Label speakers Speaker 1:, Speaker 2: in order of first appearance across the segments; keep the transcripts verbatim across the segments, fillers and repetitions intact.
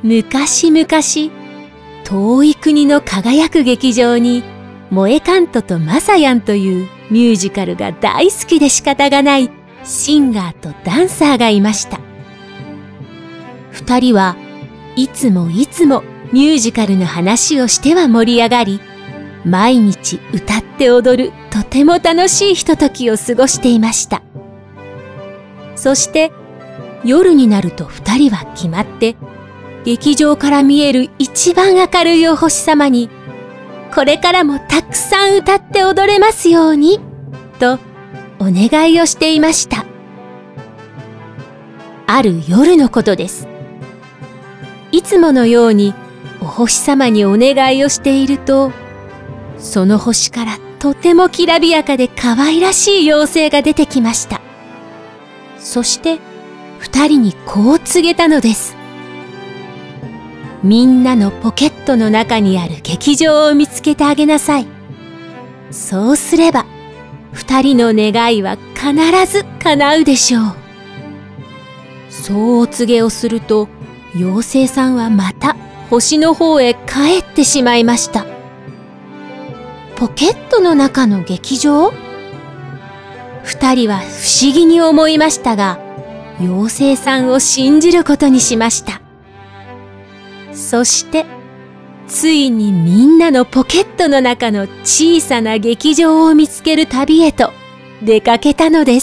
Speaker 1: 昔々、遠い国の輝く劇場に、萌えカントとマサヤンというミュージカルが大好きで仕方がないシンガーとダンサーがいました。二人はいつもいつもミュージカルの話をしては盛り上がり、毎日歌って踊るとても楽しいひとときを過ごしていました。そして夜になると二人は決まって、劇場から見える一番明るいお星様に、これからもたくさん歌って踊れますように、とお願いをしていました。ある夜のことです。いつものようにお星様にお願いをしていると、その星からとてもきらびやかで可愛らしい妖精が出てきました。そして二人にこう告げたのです。みんなのポケットの中にある劇場を見つけてあげなさい。そうすれば二人の願いは必ず叶うでしょう。そうお告げをすると、妖精さんはまた星の方へ帰ってしまいました。ポケットの中の劇場？二人は不思議に思いましたが、妖精さんを信じることにしました。そして、ついにみんなのポケットの中の小さな劇場を見つける旅へと出かけたのです。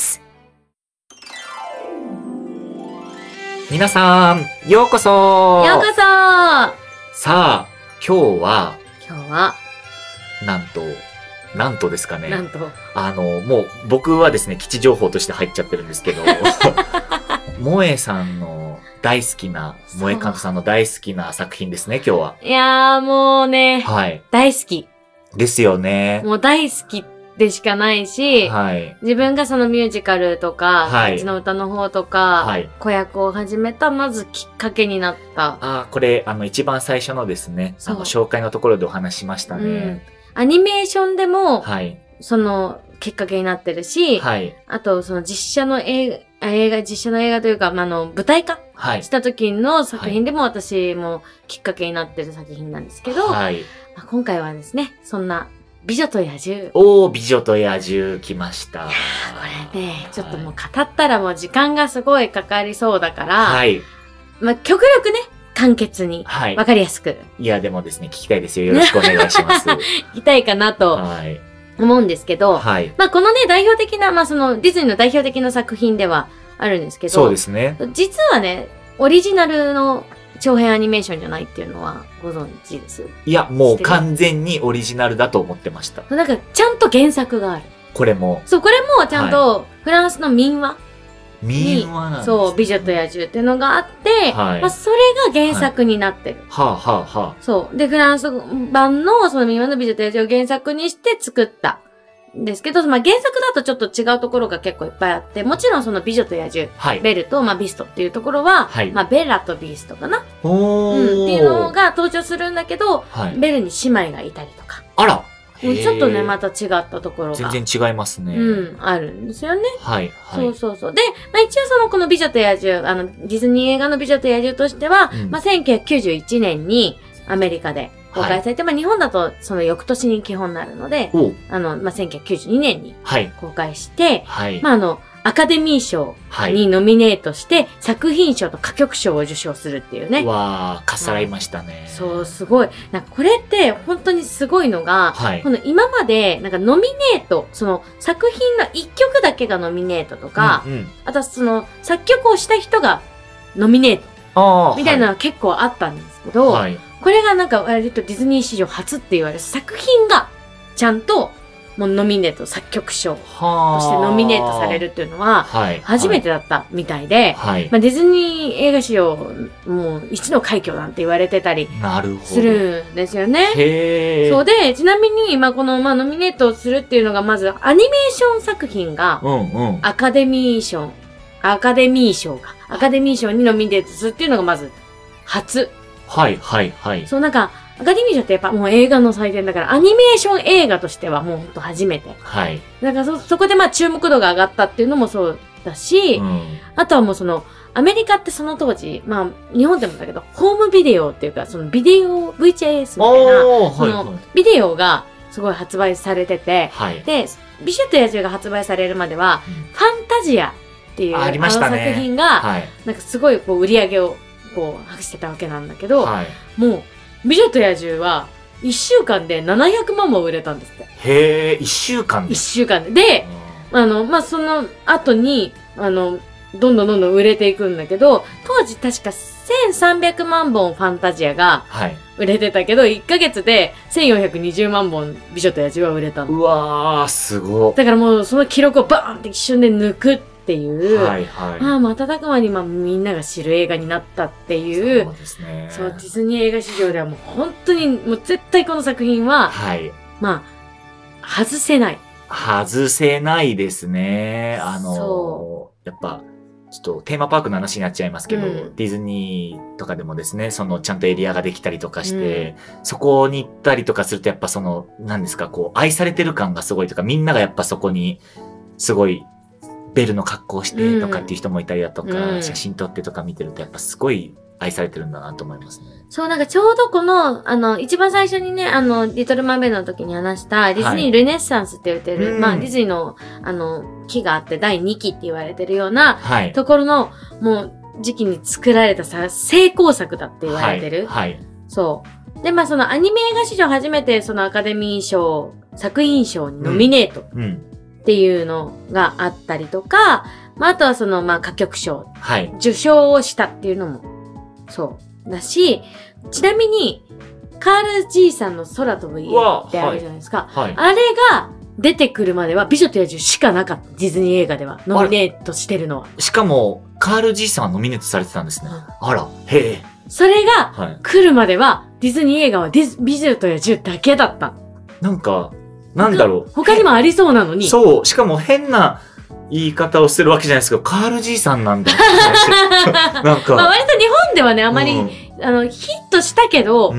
Speaker 2: 皆さん、ようこそ。
Speaker 3: ようこそ。
Speaker 2: さあ、今日は、
Speaker 3: 今日は、
Speaker 2: なんと、なんとですかね。
Speaker 3: なんと。
Speaker 2: あの、もう僕はですね、基地情報として入っちゃってるんですけど、萌えさんの大好きな、萌えカントさんの大好きな作品ですね、今日は。
Speaker 3: いやーもうね、
Speaker 2: はい。
Speaker 3: 大好き。
Speaker 2: ですよね。
Speaker 3: もう大好きでしかないし、
Speaker 2: はい。
Speaker 3: 自分がそのミュージカルとか、
Speaker 2: はい。
Speaker 3: うちの歌の方とか、
Speaker 2: はい。
Speaker 3: 子役を始めた、まずきっかけになった。
Speaker 2: ああ、これ、あの、一番最初のですね、あの、紹介のところでお話しましたね。うん。
Speaker 3: アニメーションでも、
Speaker 2: はい。
Speaker 3: その、きっかけになってるし、
Speaker 2: はい。あ
Speaker 3: と、その実写の映画、映画、実写の映画というか、まあ、の、舞台化はい。した時の作品でも私もきっかけになってる作品なんですけど、はい。まあ、今回はですね、そんな、美女と野獣。
Speaker 2: おー、美女と野獣来ました。いやー、
Speaker 3: これね、ちょっともう語ったらもう時間がすごいかかりそうだから、
Speaker 2: はい。
Speaker 3: まあ、極力ね、簡潔に、はい。わかりやすく。
Speaker 2: いや、でもですね、聞きたいですよ。よろしくお願いします。聞
Speaker 3: きたいかなと。はい。思うんですけど、はい。まあ、このね、代表的な、まあ、その、ディズニーの代表的な作品ではあるんですけど、
Speaker 2: そうですね。
Speaker 3: 実はね、オリジナルの長編アニメーションじゃないっていうのはご存知です？
Speaker 2: いや、もう完全にオリジナルだと思ってました。
Speaker 3: なんか、ちゃんと原作がある。
Speaker 2: これも。
Speaker 3: そう、これもちゃんと、フランスの民話。
Speaker 2: 民話なんですね。
Speaker 3: そう、美女と野獣っていうのがあって、はい。まあ、それが原作になってる。
Speaker 2: はあ、はあ、はあ。
Speaker 3: そう。で、フランス版のその民話の美女と野獣を原作にして作ったんですけど、まあ、原作だとちょっと違うところが結構いっぱいあって、もちろんその美女と野獣、はい、ベルと、まあ、ビストっていうところは、はい、まあ、ベラとビーストかな。
Speaker 2: おー。
Speaker 3: うん。っていうのが登場するんだけど、はい、ベルに姉妹がいたりとか。
Speaker 2: あら
Speaker 3: ちょっとね、また違ったところが。
Speaker 2: 全然違いますね。
Speaker 3: うん、あるんですよね。
Speaker 2: はい、はい。
Speaker 3: そうそうそう。で、まあ一応そのこの美女と野獣、あの、ディズニー映画の美女と野獣としては、うん、まあせんきゅうひゃくきゅうじゅういちねんにアメリカで公開されて、はい、まあ日本だとその翌年に基本になるので、あの、まあせんきゅうひゃくきゅうじゅうにねんに公開して、はい、まああの、アカデミー賞にノミネートして、作品賞と歌曲賞を受賞するっていうね。
Speaker 2: わー、かっさらいましたね。
Speaker 3: そう、すごい。なんかこれって本当にすごいのが、はい、この今までなんかノミネート、その作品の一曲だけがノミネートとか、うんうん、あとはその作曲をした人がノミネートみたいなのは結構あったんですけど、はい、これがなんか割とディズニー史上初って言われる作品がちゃんともうノミネート、作曲賞としてノミネートされるっていうのは、初めてだったみたいで、はいはい、まあ、ディズニー映画史上、もう一の快挙なんて言われてたりするんですよね。
Speaker 2: へー。
Speaker 3: そうで、ちなみに、まあ、この、まあ、ノミネートをするっていうのが、まず、アニメーション作品が、アカデミー賞、アカデミー賞か、アカデミー賞にノミネートするっていうのが、まず、初。
Speaker 2: はい、はい、はい。
Speaker 3: そう、なんか、アカデミー賞ってやっぱもう映画の祭典だから、アニメーション映画としてはもうほんと初めて。
Speaker 2: はい。
Speaker 3: だからそ、そこでまあ注目度が上がったっていうのもそうだし、うん、あとはもうその、 アメリカってその当時、まあ、日本でもだけど、ホームビデオっていうか、そのビデオ ブイエイチエス みたいな、そのビデオがすごい発売されてて、はい、で、美女と野獣が発売されるまでは、うん、ファンタジアっていう、ああの作品が、はい、なんかすごいこう売り上げをこう、博してたわけなんだけど、はい、もう、美女と野獣は、一週間でななひゃくまんも売れたんですって。
Speaker 2: へえ、一週間で
Speaker 3: 一週間で。で、あの、まあ、その後に、あの、どんどんどんどん売れていくんだけど、当時確かせんさんびゃくまんぼんファンタジアが売れてたけど、はい、いっかげつでせんよんひゃくにじゅうまんぼん美女と野獣は売れたの。
Speaker 2: うわー、すごい。
Speaker 3: だからもうその記録をバーンって一瞬で抜くっていう、はいはい、ああ、瞬く間にまあみんなが知る映画になったっていう、そうですね。そう、ディズニー映画史上ではもう本当にもう絶対この作品は、はい、まあ、外せない。
Speaker 2: 外せないですね。あの、やっぱ、ちょっとテーマパークの話になっちゃいますけど、うん、ディズニーとかでもですね、そのちゃんとエリアができたりとかして、うん、そこに行ったりとかするとやっぱその、何ですか、こう、愛されてる感がすごいとか、みんながやっぱそこに、すごい、ベルの格好をしてとかっていう人もいたりだとか、うん、写真撮ってとか見てるとやっぱすごい愛されてるんだなと思いますね。
Speaker 3: そう、なんかちょうどこの、あの、一番最初にね、あの、リトルマーメイドの時に話した、ディズニールネッサンスって言ってる、はい、まあ、ディズニーの、あの、木があってだいにきって言われてるような、はい、ところの、もう、時期に作られたさ、成功作だって言われてる。はい。はい、そう。で、まあ、そのアニメ映画史上初めて、そのアカデミー賞、作品賞にノミネートっていうのがあったりとか、まあ、あとはその、まあ、歌曲賞、はい、受賞をしたっていうのも、そう。だし、ちなみに、カール G さんの空飛ぶ家ってあるじゃないですか。はいはい、あれが出てくるまでは美女と野獣しかなかった。ディズニー映画では。ノミネートしてるのは。
Speaker 2: しかも、カール G さんはノミネートされてたんですね。うん、あら、へえ。
Speaker 3: それが、来るまでは、ディズニー映画はディズ美女と野獣だけだった。
Speaker 2: なんか、なんだろう。
Speaker 3: 他にもありそうなのに。
Speaker 2: そう。しかも変な、言い方をしてるわけじゃないですけど、カール G さんなんだ。なんか。
Speaker 3: まあ割と日本ではね、あまり、うん、あの、ヒットしたけど、うん、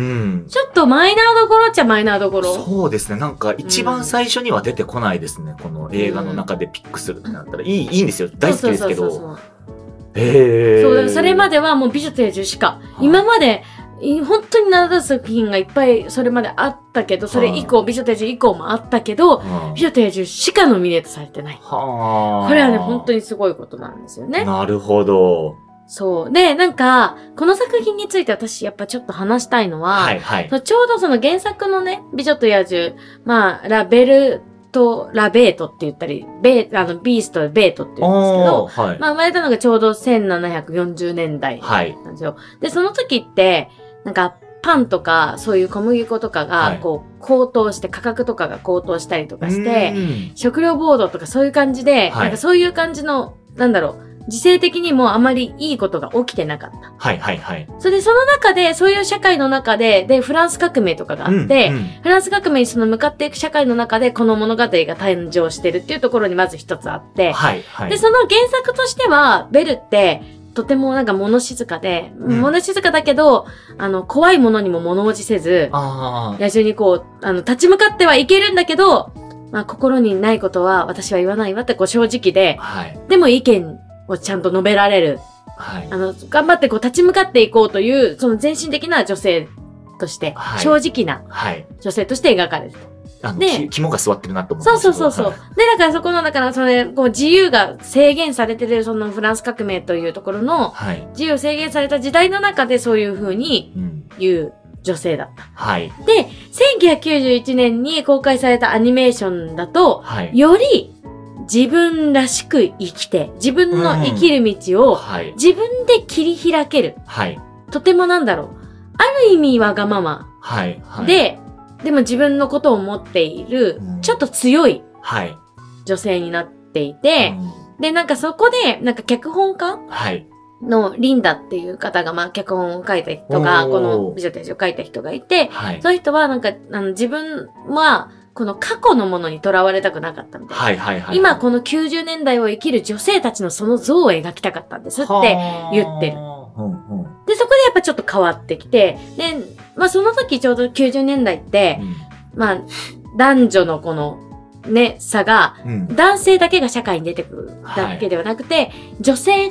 Speaker 3: ちょっとマイナーどころっちゃマイナーどころ。
Speaker 2: そうですね。なんか一番最初には出てこないですね。うん、この映画の中でピックするってなったら。いい、いいんですよ。大好きですけど。そうそうそうそう
Speaker 3: へー。そう、それまではもう美女と野獣しか。今まで、本当に名だたる作品がいっぱいそれまであったけど、それ以降、美女と野獣以降もあったけど、美女と野獣しかノミネートされてない。はこれはね、本当にすごいことなんですよね。
Speaker 2: なるほど。
Speaker 3: そう。で、なんか、この作品について私やっぱちょっと話したいのは、はいはい、ちょうどその原作のね、美女と野獣、まあ、ラベルとラベートって言ったり、ベー、あの、ビースト、ベートって言うんですけど、はい、まあ、生まれたのがちょうどせんななひゃくよんじゅうねんだいなんですよ。はい、で、その時って、なんか、パンとか、そういう小麦粉とかが、こう、高騰して、価格とかが高騰したりとかして、食料暴動とかそういう感じで、はい、なんかそういう感じの、なんだろう、時勢的にもあまりいいことが起きてなかった。
Speaker 2: はいはいはい。
Speaker 3: それで、その中で、そういう社会の中で、で、フランス革命とかがあって、うんうん、フランス革命にその向かっていく社会の中で、この物語が誕生してるっていうところにまず一つあって、はいはい。で、その原作としては、ベルって、とてもなんか物静かで、うん、物静かだけど、あの、怖いものにも物おじせず、野獣にこう、あの、立ち向かってはいけるんだけど、まあ、心にないことは私は言わないわってこう正直で、はい、でも意見をちゃんと述べられる。はい、あの、頑張ってこう立ち向かっていこうという、その全身的な女性として、はい、正直な女性として描かれると。
Speaker 2: あの、で、肝が座ってるなと思
Speaker 3: って。そうそうそうそう。はい、で、だからそこの、だからそれ、こう自由が制限されてる、そのフランス革命というところの、はい、自由制限された時代の中でそういう風に言う女性だった。はい。で、せんきゅうひゃくきゅうじゅういちねんに公開されたアニメーションだと、はい、より自分らしく生きて、自分の生きる道を自分で切り開ける。はい。とてもなんだろう。ある意味わがまま。はい。はい、で、でも自分のことを持っている、うん、ちょっと強い女性になっていて、はいうん、で、なんかそこで、なんか脚本家のリンダっていう方が、まあ脚本を書いた人が、この美女と野獣を書いた人がいて、はい、その人はなんか、あの自分は、この過去のものにとらわれたくなかったみたいな。はいはいはい、今このきゅうじゅうねんだいを生きる女性たちのその像を描きたかったんですって言ってる。うんうん、で、そこでやっぱちょっと変わってきて、で、まあその時ちょうどきゅうじゅうねんだいって、うん、まあ男女のこのね、差が、うん、男性だけが社会に出てくるだけではなくて、はい、女性が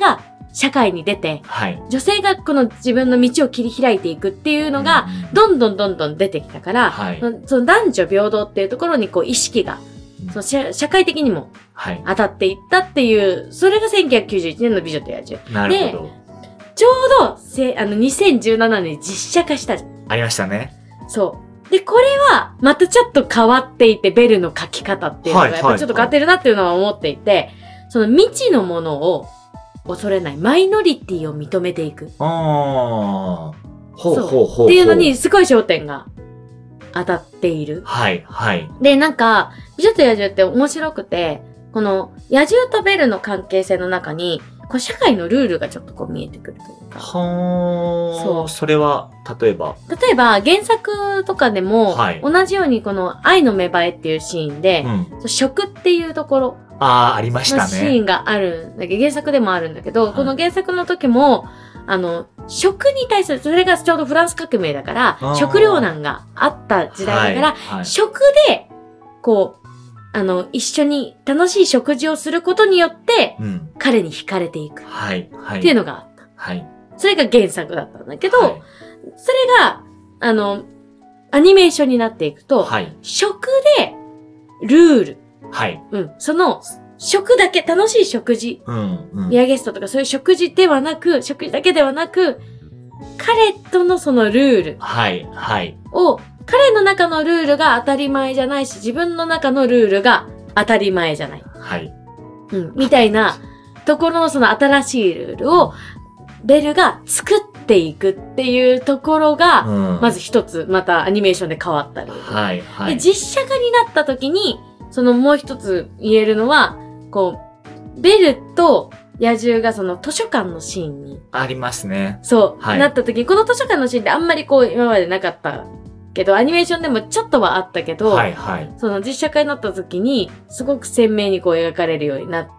Speaker 3: 社会に出て、
Speaker 2: はい、
Speaker 3: 女性がこの自分の道を切り開いていくっていうのが、どんどんどんどん出てきたから、はい、その男女平等っていうところにこう意識が、その社, 社会的にも当たっていったっていう、はい、それがせんきゅうひゃくきゅうじゅういちねんの美女と野獣。
Speaker 2: なるほど。
Speaker 3: で、ちょうどせあのにせんじゅうななねんに実写化したじゃん。
Speaker 2: ありましたね。
Speaker 3: そう。で、これはまたちょっと変わっていて、ベルの描き方っていうのがやっぱちょっと変わってるなっていうのは思っていて、はいはいはい、その未知のものを恐れないマイノリティを認めていく。
Speaker 2: ああ。ほうほうほうほう。
Speaker 3: っていうのにすごい焦点が当たっている。
Speaker 2: はいはい。
Speaker 3: で、なんか、美女と野獣って面白くて、この野獣とベルの関係性の中に、こう社会のルールがちょっとこう見えてくるというか。
Speaker 2: はあ。そう。それは、例えば
Speaker 3: 例えば、原作とかでも、はい、同じようにこの愛の芽生えっていうシーンで、うん、食っていうところ。
Speaker 2: ああ、ありましたね。
Speaker 3: シーンがあるんだけど、原作でもあるんだけど、はい、この原作の時も、あの、食に対する、それがちょうどフランス革命だから、食糧難があった時代だから、はいはい、食で、こう、あの、一緒に楽しい食事をすることによって、うん、彼に惹かれていく。はい。はい。っていうのがあった。はい。それが原作だったんだけど、はい、それが、あの、アニメーションになっていくと、はい、食で、ルール。はい。うん。その、食だけ、楽しい食事。うんうん。ビアゲストとかそういう食事ではなく、食事だけではなく、彼とのそのルール。はい。はい。を、彼の中のルールが当たり前じゃないし、自分の中のルールが当たり前じゃない。はい。うん。みたいなところのその新しいルールを、ベルが作っていくっていうところが、うん、まず一つ、またアニメーションで変わったルール。はい。はい。で、実写化になった時に、そのもう一つ言えるのは、こう、ベルと野獣がその図書館のシーンに。ありますね。そう。はい、なった時に、この図書館のシーンってあんまりこう、今までなかったけど、アニメーションでもちょっとはあったけど、はいはい、その実写化になった時に、すごく鮮明にこう描かれるようになって、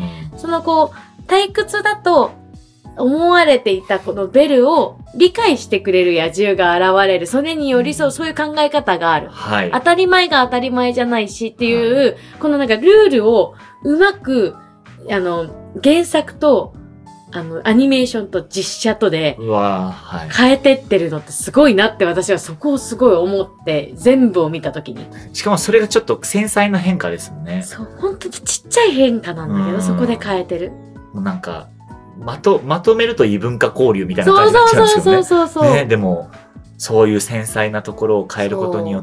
Speaker 3: うん、そのこう、退屈だと思われていたこのベルを理解してくれる野獣が現れる。それに寄り添う、そういう考え方がある。はい、当たり前が当たり前じゃないしっていう、はい、このなんかルールをうまく、あの、原作と、あの、アニメーションと実写とで、変えてってるのってすごいなって私はそこをすごい思って、全部を見たときに。
Speaker 2: しかもそれがちょっと繊細な変化ですもんね。
Speaker 3: そう、本当にちっちゃい変化なんだけど、そこで変えてる。
Speaker 2: もうなんか、まと、まとめると異文化交流みたいな感じになっちゃうんですよね。そうそうそうそうそう。ね、でも、そういう繊細なところを変えることによって、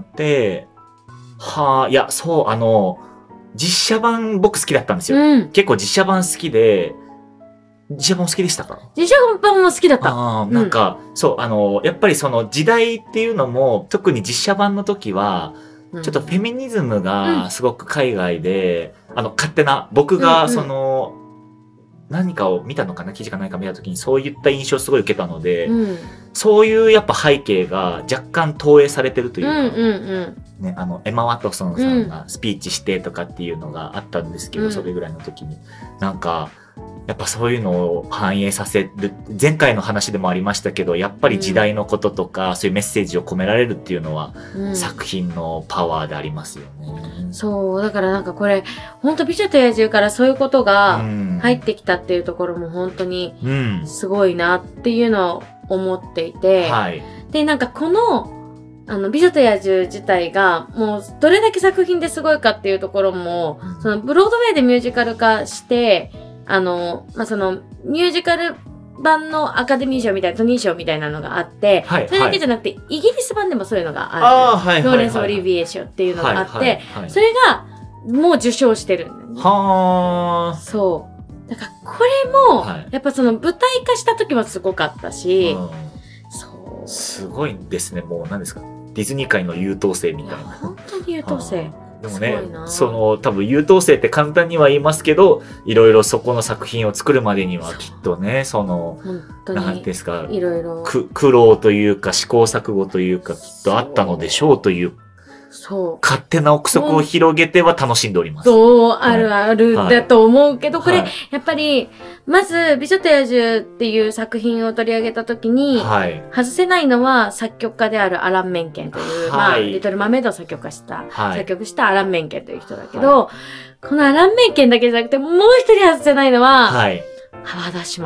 Speaker 2: はあ、いや、そう、あの、実写版僕好きだったんですよ。うん、結構実写版好きで、実写版好きでしたか？
Speaker 3: 実写版も好きだった。
Speaker 2: ああ、なんか、うん、そう、あの、やっぱりその時代っていうのも、特に実写版の時は、ちょっとフェミニズムがすごく海外で、うん、あの、勝手な、僕がその、うんうん、何かを見たのかな記事か何か見たときにそういった印象をすごい受けたので、うん、そういうやっぱ背景が若干投影されてるというか、うんうんうんね、あのエマ・ワトソンさんがスピーチしてとかっていうのがあったんですけど、うん、それぐらいの時になんかやっぱそういうのを反映させる、前回の話でもありましたけど、やっぱり時代のこととか、うん、そういうメッセージを込められるっていうのは、うん、作品のパワーでありますよね。
Speaker 3: そう、だからなんかこれ、本当美女と野獣からそういうことが入ってきたっていうところも本当にすごいなっていうのを思っていて、うんはい、で、なんかこの、あの、美女と野獣自体が、もう、どれだけ作品ですごいかっていうところも、うん、その、ブロードウェイでミュージカル化して、あの、まあ、その、ミュージカル版のアカデミー賞みたいな、トニー賞みたいなのがあって、はい、それだけじゃなくて、はい、イギリス版でもそういうのがある。あはい、ローレンス・オリビエ賞っていうのがあって、はいはいはい、それが、もう受賞してるんだよね。はー。そう。だから、これも、はい、やっぱその、舞台化した時もすごかったし、
Speaker 2: そう。すごいですね、もう何ですか。ディズニー界の優等生みたいな。
Speaker 3: 本当に優等生。
Speaker 2: でもね、その多分優等生って簡単には言いますけど、いろいろそこの作品を作るまでにはきっとね、その、なんですか、いろいろ苦労というか試行錯誤というかきっとあったのでしょうという、そう勝手な憶測を広げては楽しんでおります。
Speaker 3: そう、あるあるだと思うけど、はい、これ、はい、やっぱり、まず、美女と野獣っていう作品を取り上げたときに、はい、外せないのは作曲家であるアラン・メンケンという、はい、まあ、リトル・マーメイドを作曲家した、はい、作曲したアラン・メンケンという人だけど、はい、このアラン・メンケンだけじゃなくて、もう一人外せないのは、はい、ハワード・アッシュマン。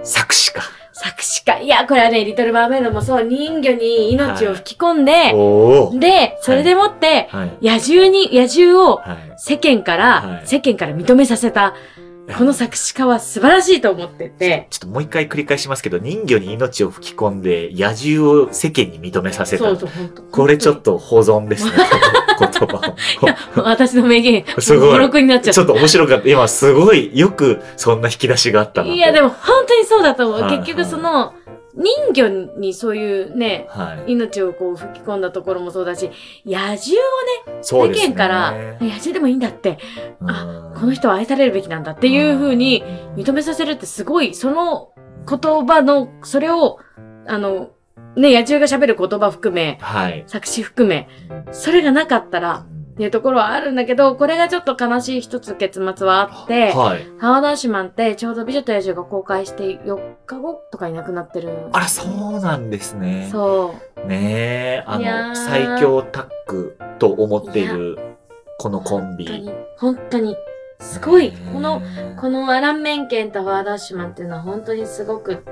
Speaker 2: 作詞家。
Speaker 3: 作詞家。いや、これはね、リトル・マーメイドもそう、人魚に命を吹き込んで、
Speaker 2: はい、
Speaker 3: で、それでもって、はい、野獣に、野獣を世間から、はい、世間から認めさせた、この作詞家は素晴らしいと思ってて。
Speaker 2: ちょっともう一回繰り返しますけど、人魚に命を吹き込んで、野獣を世間に認めさせた。そうそう、本当。これちょっと保存ですね、言葉を。
Speaker 3: いや、私の名言、すごい。語録になっちゃった。
Speaker 2: ちょっと面白かった。今すごい、よくそんな引き出しがあったな。
Speaker 3: いや、でも本当にそうだと思う。はいはい、結局その、人魚にそういうね、はい、命をこう吹き込んだところもそうだし、野獣をね、世間から、野獣でもいいんだって、あ、この人は愛されるべきなんだっていう風に認めさせるってすごい、その言葉の、それを、あの、ね、野獣が喋る言葉含め、はい、作詞含め、それがなかったら、っていうところはあるんだけど、これがちょっと悲しい一つ結末はあって、はい、ハワード・アシュマンってちょうど美女と野獣が公開してよっかごとかに亡くなってる。
Speaker 2: あら、そうなんですね。
Speaker 3: そう。
Speaker 2: ねえ、あの、最強タッグと思っている、このコンビ。
Speaker 3: 本当に、本当に。すごい。この、このアラン・メンケンとハワード・アシュマンっていうのは本当にすごくって、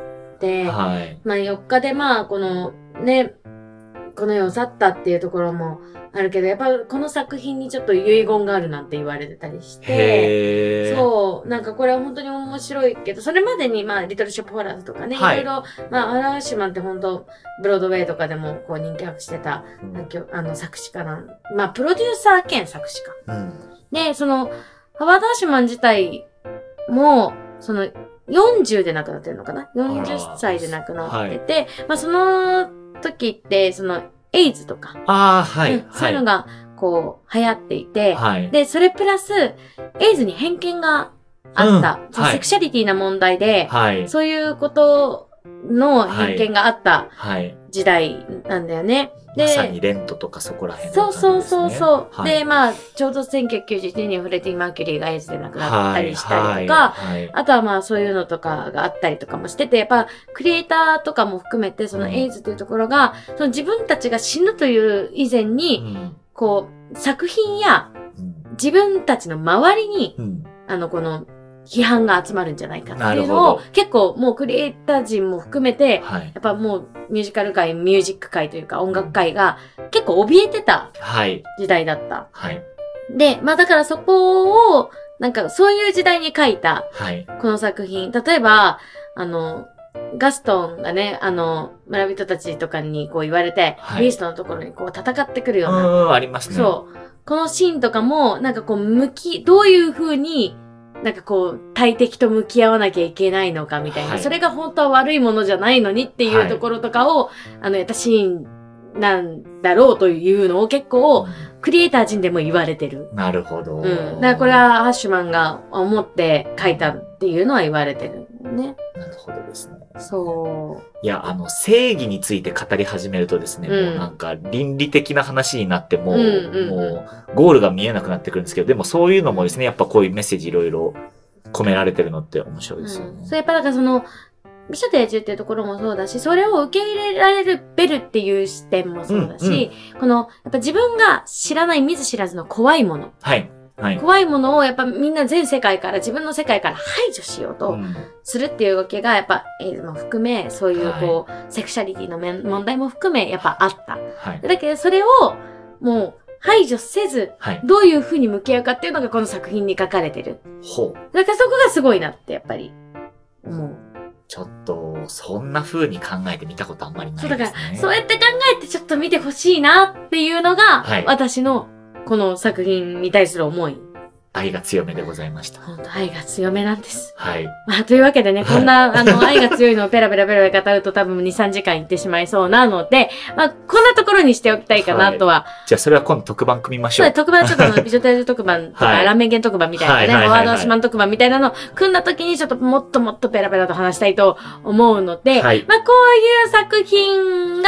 Speaker 3: はい、まあよっかでまあ、この、ね、この世を去ったっていうところも、あるけど、やっぱこの作品にちょっと遺言があるなんて言われてたりして、そう、なんかこれは本当に面白いけど、それまでにまあ、リトルショップホラーズとかね、はい、いろいろ、まあ、アラン・アシュマンって本当、ブロードウェイとかでもこう人気博してた、うん、あの作詞家なん、まあ、プロデューサー兼作詞家。うん、で、その、ハワード・アシュマン自体も、その、よんじゅうで亡くなってるのかな ?よんじゅっさいで亡くなってて、はい、まあ、その時って、その、エイズとか。
Speaker 2: ああ、はい、うん。
Speaker 3: そういうのが、こう、流行っていて、はい、で、それプラス、エイズに偏見があった。うん、セクシャリティな問題で、はい、そういうことの偏見があった時代なんだよね。
Speaker 2: で、まさにレントとかそこら辺、
Speaker 3: ね。そうそうそうそう。はい、で、まあ、ちょうどせんきゅうひゃくきゅうじゅういちねんにフレディ・マーキュリーがエイズで亡くなったりしたりとか、はいはい、あとはまあそういうのとかがあったりとかもしてて、やっぱクリエイターとかも含めてそのエイズというところが、うん、その自分たちが死ぬという以前に、うん、こう、作品や自分たちの周りに、うん、あの、この、批判が集まるんじゃないかっていうのを結構もうクリエイター陣も含めて、はい、やっぱもうミュージカル界、ミュージック界というか音楽界が結構怯えてた時代だった。はい、で、まあだからそこをなんかそういう時代に書いたこの作品。例えば、あの、ガストンがね、あの、村人たちとかにこう言われて、はい、ビーストのところにこう戦ってくるような。
Speaker 2: うん、ありますね。
Speaker 3: そう。このシーンとかもなんかこう向き、どういう風になんかこう、対敵と向き合わなきゃいけないのかみたいな、はい、それが本当は悪いものじゃないのにっていうところとかを、はい、あの、やったシーンなんだろうというのを結構、クリエイター陣でも言われてる。
Speaker 2: なるほど。
Speaker 3: うん。だからこれはハッシュマンが思って書いたっていうのは言われてるね。
Speaker 2: なるほどですね。
Speaker 3: そう。
Speaker 2: いや、あの、正義について語り始めるとですね、うん、もうなんか倫理的な話になっても、うんうんうん、もうゴールが見えなくなってくるんですけど、でもそういうのもですね、やっぱこういうメッセージいろいろ込められてるのって面白いですよね。
Speaker 3: うん、そう、やっぱだからその、美女と野獣っていうところもそうだし、それを受け入れられるベルっていう視点もそうだし、うんうん、この、やっぱ自分が知らない見ず知らずの怖いもの。
Speaker 2: はい。はい、
Speaker 3: 怖いものをやっぱみんな全世界から自分の世界から排除しようとするっていう動きがやっぱエイズも含め、そういうこう、はい、セクシャリティの問題も含めやっぱあった。はい、だけどそれをもう排除せず、はい、どういう風に向き合うかっていうのがこの作品に書かれてる。ほう。だからそこがすごいなってやっぱり思う。
Speaker 2: ちょっと、そんな風に考えてみたことあんまりないですね。
Speaker 3: そうだから、そうやって考えてちょっと見てほしいなっていうのが、はい、私のこの作品に対する思い。
Speaker 2: 愛が強めでございました。
Speaker 3: 本当愛が強めなんです。
Speaker 2: はい。
Speaker 3: まあ、というわけでね、こんな、あの、愛が強いのをペラペラペラペラ語ると多分に、さんじかんいってしまいそうなので、まあ、こんなところにしておきたいかなとは。はい、
Speaker 2: じゃあ、それは今度特番組みましょう。
Speaker 3: そう、特番ちょっと、美女と野獣特番とか、はい、ラーメン犬特番みたいなね、ハワード・アシュマン特番みたいなのを組んだ時にちょっともっともっとペラペラと話したいと思うので、はい、まあ、こういう作品が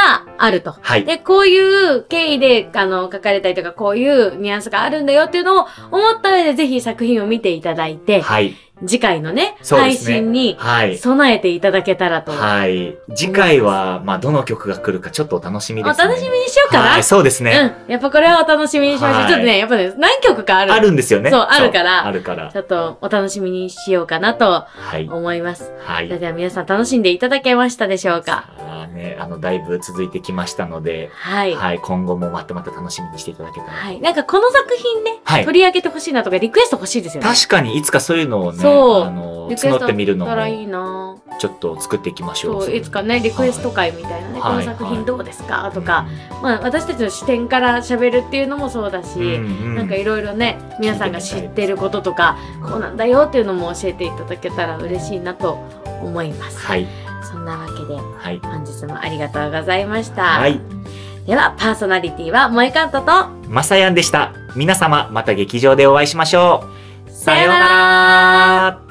Speaker 3: あると。
Speaker 2: はい。
Speaker 3: で、こういう経緯で、あの、書かれたりとか、こういうニュアンスがあるんだよっていうのを思った上で、ぜひ作品を見ていただいて、
Speaker 2: はい。
Speaker 3: 次回のね、配
Speaker 2: そうですね
Speaker 3: 信に
Speaker 2: はい。
Speaker 3: 備えていただけたらと。
Speaker 2: はい。次回は、まあ、どの曲が来るかちょっとお楽しみ
Speaker 3: お
Speaker 2: ですね。
Speaker 3: 楽しみにしようかな。
Speaker 2: はい、そうですね。
Speaker 3: うん。やっぱこれはお楽しみにしましょう。
Speaker 2: はい
Speaker 3: ちょっとね、やっぱね、何曲かある。
Speaker 2: あるんですよね。
Speaker 3: そうあるから
Speaker 2: あるから。
Speaker 3: ちょっとお楽しみにしようかなと
Speaker 2: はい。
Speaker 3: 思います。
Speaker 2: はい
Speaker 3: それ。では皆さん楽しんでいただけましたでしょうか？
Speaker 2: あね、あの、だいぶ続いてきましたので、
Speaker 3: はい。
Speaker 2: はい。今後もまたまた楽しみにしていただけたら。
Speaker 3: はい。なんかこの作品ね、
Speaker 2: はい
Speaker 3: 取り上げてほしいなとかリクエスト欲しいですよね。
Speaker 2: 確かにいつかそういうのをね、
Speaker 3: そう
Speaker 2: あの、
Speaker 3: リクエスト
Speaker 2: 募ってみるのも、
Speaker 3: あったらいいなぁ。
Speaker 2: ちょっと作っていきましょう。
Speaker 3: そう、いつかね、リクエスト会みたいなね、
Speaker 2: はい
Speaker 3: この作品どうですかとか、まあ私たちの視点から喋るっていうのもそうだし、
Speaker 2: うんうん
Speaker 3: なんかいろいろね、皆さんが知ってることとか、こうなんだよっていうのも教えていただけたら嬉しいなと思います。
Speaker 2: はい。
Speaker 3: そんなわけで、
Speaker 2: はい。
Speaker 3: 本日もありがとうございました。
Speaker 2: はい。
Speaker 3: では、パーソナリティは萌えかんとと、
Speaker 2: まさやんでした。皆様、また劇場でお会いしましょう。
Speaker 3: さようなら。